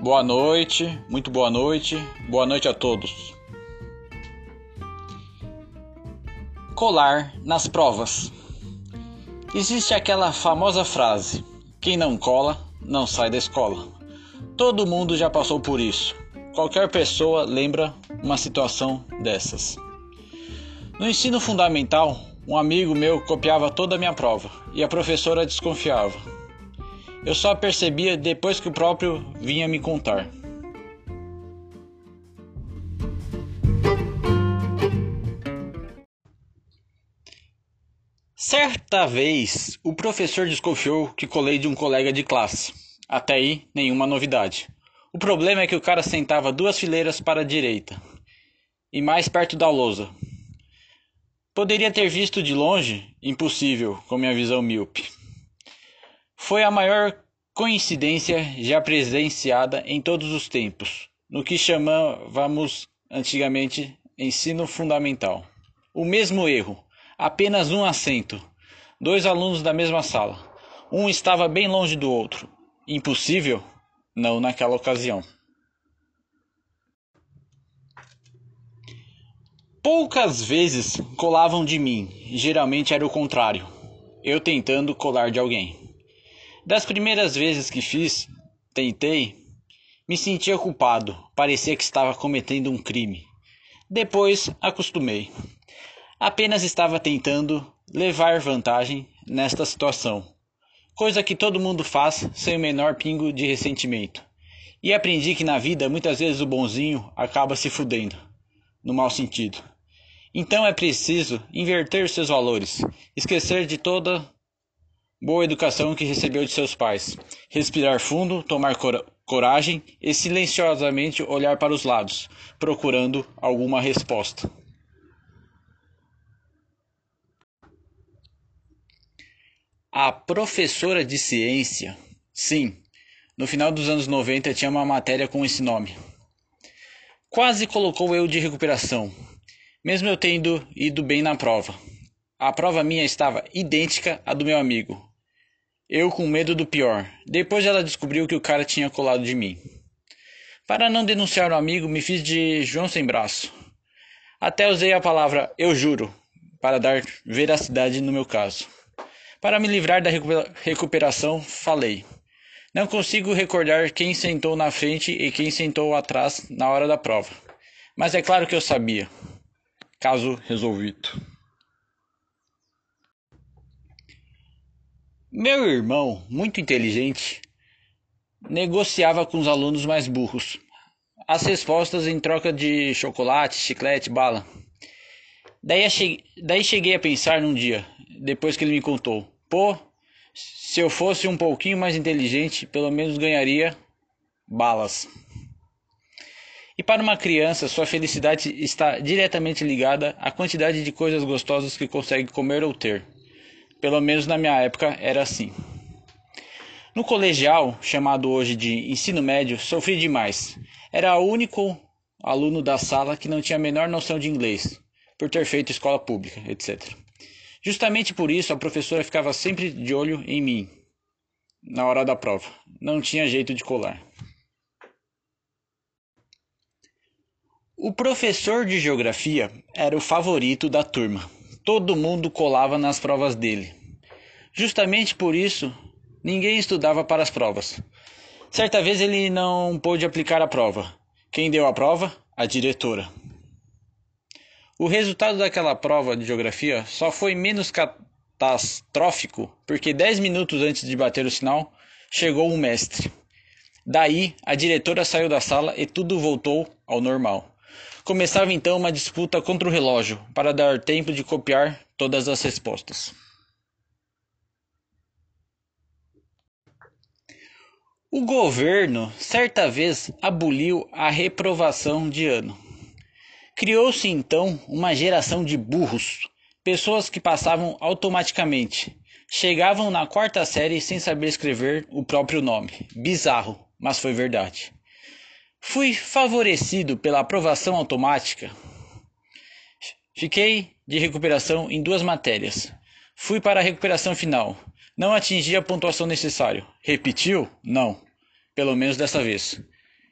Boa noite, muito boa noite a todos. Colar nas provas. Existe aquela famosa frase: quem não cola, não sai da escola. Todo mundo já passou por isso. Qualquer pessoa lembra uma situação dessas. No ensino fundamental, um amigo meu copiava toda a minha prova e a professora desconfiava. Eu só percebia depois que o próprio vinha me contar. Certa vez, o professor desconfiou que colei de um colega de classe. Até aí, nenhuma novidade. O problema é que o cara sentava 2 fileiras para a direita e mais perto da lousa. Poderia ter visto de longe? Impossível, com minha visão míope. Foi a maior coincidência já presenciada em todos os tempos, no que chamávamos antigamente ensino fundamental. O mesmo erro, apenas um assento, 2 alunos da mesma sala. Um estava bem longe do outro. Impossível? Não naquela ocasião. Poucas vezes colavam de mim, geralmente era o contrário, eu tentando colar de alguém. Das primeiras vezes que tentei, me sentia culpado, parecia que estava cometendo um crime. Depois, acostumei. Apenas estava tentando levar vantagem nesta situação, coisa que todo mundo faz sem o menor pingo de ressentimento. E aprendi que na vida, muitas vezes o bonzinho acaba se fudendo, no mau sentido. Então é preciso inverter seus valores, esquecer de toda boa educação que recebeu de seus pais, respirar fundo, tomar coragem e silenciosamente olhar para os lados, procurando alguma resposta. A professora de ciência, sim, no final dos anos 90 tinha uma matéria com esse nome. Quase colocou eu de recuperação, mesmo eu tendo ido bem na prova. A prova minha estava idêntica à do meu amigo. Eu com medo do pior. Depois ela descobriu que o cara tinha colado de mim. Para não denunciar o amigo, me fiz de João sem braço. Até usei a palavra eu juro, para dar veracidade no meu caso. Para me livrar da recuperação, falei: não consigo recordar quem sentou na frente e quem sentou atrás na hora da prova. Mas é claro que eu sabia. Caso resolvido. Meu irmão, muito inteligente, negociava com os alunos mais burros as respostas em troca de chocolate, chiclete, bala. Daí cheguei a pensar num dia, depois que ele me contou: pô, se eu fosse um pouquinho mais inteligente, pelo menos ganharia balas. E para uma criança, sua felicidade está diretamente ligada à quantidade de coisas gostosas que consegue comer ou ter. Pelo menos na minha época era assim. No colegial, chamado hoje de ensino médio, sofri demais. Era o único aluno da sala que não tinha a menor noção de inglês, por ter feito escola pública, etc. Justamente por isso, a professora ficava sempre de olho em mim, na hora da prova. Não tinha jeito de colar. O professor de geografia era o favorito da turma. Todo mundo colava nas provas dele. Justamente por isso, ninguém estudava para as provas. Certa vez ele não pôde aplicar a prova. Quem deu a prova? A diretora. O resultado daquela prova de geografia só foi menos catastrófico porque 10 minutos antes de bater o sinal, chegou um mestre. Daí, a diretora saiu da sala e tudo voltou ao normal. Começava então uma disputa contra o relógio, para dar tempo de copiar todas as respostas. O governo, certa vez, aboliu a reprovação de ano. Criou-se então uma geração de burros, pessoas que passavam automaticamente. Chegavam na 4ª série sem saber escrever o próprio nome. Bizarro, mas foi verdade. Fui favorecido pela aprovação automática. Fiquei de recuperação em 2 matérias. Fui para a recuperação final. Não atingi a pontuação necessária. Repetiu? Não. Pelo menos dessa vez.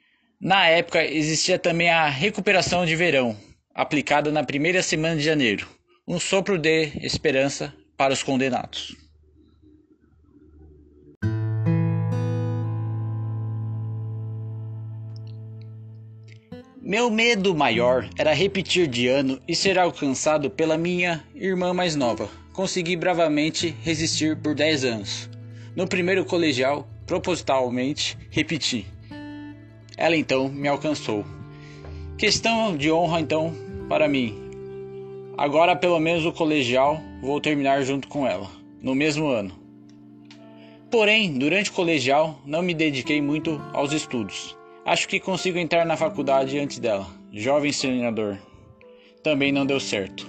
Na época existia também a recuperação de verão, aplicada na primeira semana de janeiro, um sopro de esperança para os condenados. Meu medo maior era repetir de ano e ser alcançado pela minha irmã mais nova. Consegui bravamente resistir por 10 anos. No primeiro colegial, propositalmente, repeti. Ela então me alcançou. Questão de honra então para mim. Agora pelo menos o colegial vou terminar junto com ela, no mesmo ano. Porém, durante o colegial não me dediquei muito aos estudos. Acho que consigo entrar na faculdade antes dela. Jovem sonhador. Também não deu certo.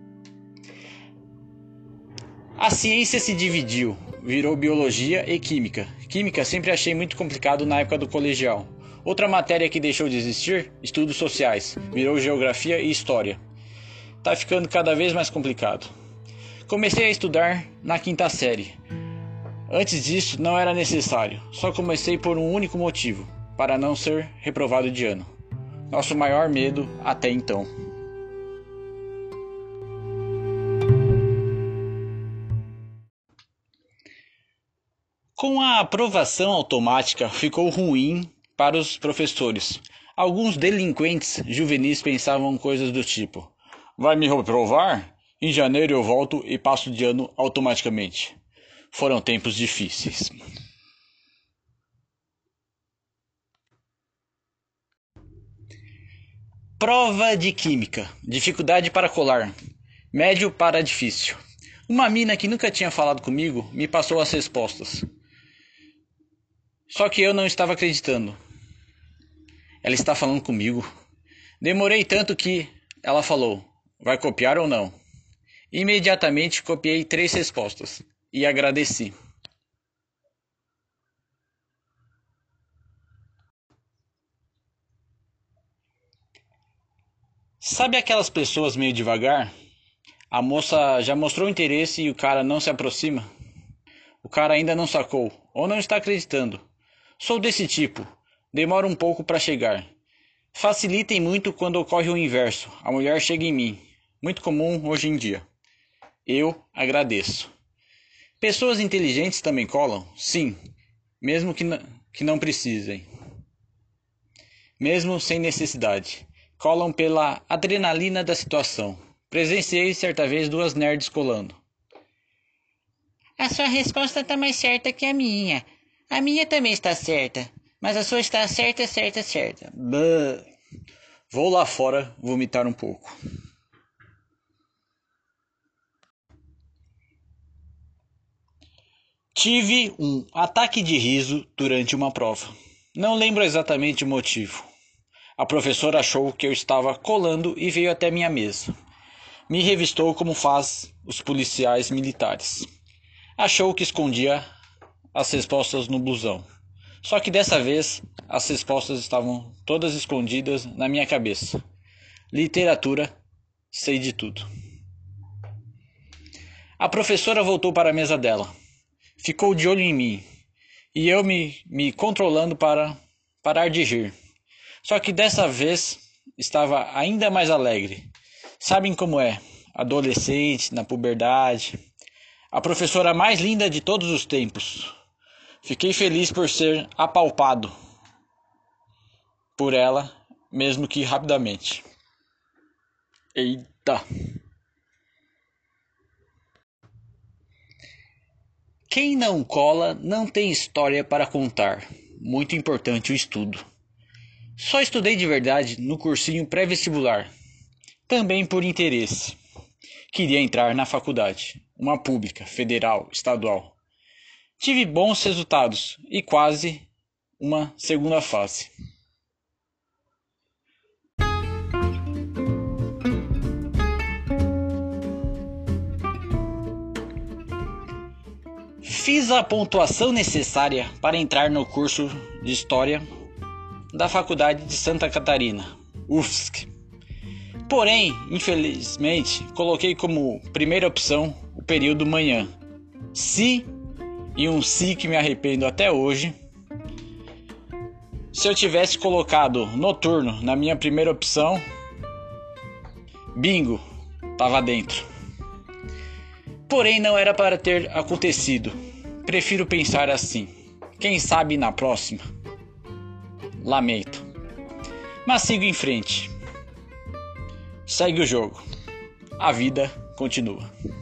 A ciência se dividiu, virou biologia e química. Química sempre achei muito complicado na época do colegial. Outra matéria que deixou de existir, estudos sociais, virou geografia e história. Tá ficando cada vez mais complicado. Comecei a estudar na 5ª série. Antes disso não era necessário, só comecei por um único motivo, para não ser reprovado de ano. Nosso maior medo até então. Com a aprovação automática ficou ruim para os professores. Alguns delinquentes juvenis pensavam coisas do tipo: vai me reprovar? Em janeiro eu volto e passo de ano automaticamente. Foram tempos difíceis. Prova de química. Dificuldade para colar. Médio para difícil. Uma mina que nunca tinha falado comigo me passou as respostas. Só que eu não estava acreditando. Ela está falando comigo. Demorei tanto que ela falou: vai copiar ou não? Imediatamente copiei 3 respostas e agradeci. Sabe aquelas pessoas meio devagar? A moça já mostrou interesse e o cara não se aproxima? O cara ainda não sacou ou não está acreditando. Sou desse tipo. Demora um pouco para chegar. Facilitem muito quando ocorre o inverso. A mulher chega em mim. Muito comum hoje em dia. Eu agradeço. Pessoas inteligentes também colam? Sim. Mesmo que não precisem. Mesmo sem necessidade. Colam pela adrenalina da situação. Presenciei certa vez 2 nerds colando. A sua resposta está mais certa que a minha. A minha também está certa. Mas a sua está certa. Bah. Vou lá fora vomitar um pouco. Tive um ataque de riso durante uma prova. Não lembro exatamente o motivo. A professora achou que eu estava colando e veio até minha mesa. Me revistou como faz os policiais militares. Achou que escondia as respostas no blusão. Só que dessa vez as respostas estavam todas escondidas na minha cabeça. Literatura, sei de tudo. A professora voltou para a mesa dela. Ficou de olho em mim. E eu me controlando para parar de rir. Só que dessa vez estava ainda mais alegre. Sabem como é? Adolescente, na puberdade. A professora mais linda de todos os tempos. Fiquei feliz por ser apalpado por ela, mesmo que rapidamente. Eita! Quem não cola não tem história para contar. Muito importante o estudo. Só estudei de verdade no cursinho pré-vestibular. Também por interesse. Queria entrar na faculdade. Uma pública, federal, estadual. Tive bons resultados e quase uma segunda fase. Fiz a pontuação necessária para entrar no curso de História da Faculdade de Santa Catarina, UFSC. Porém, infelizmente, coloquei como primeira opção o período manhã. Se, e um se que me arrependo até hoje, Se eu tivesse colocado noturno na minha primeira opção, bingo, tava dentro. Porém, não era para ter acontecido. Prefiro pensar assim. Quem sabe na próxima? Lamento. Mas sigo em frente. Segue o jogo. A vida continua.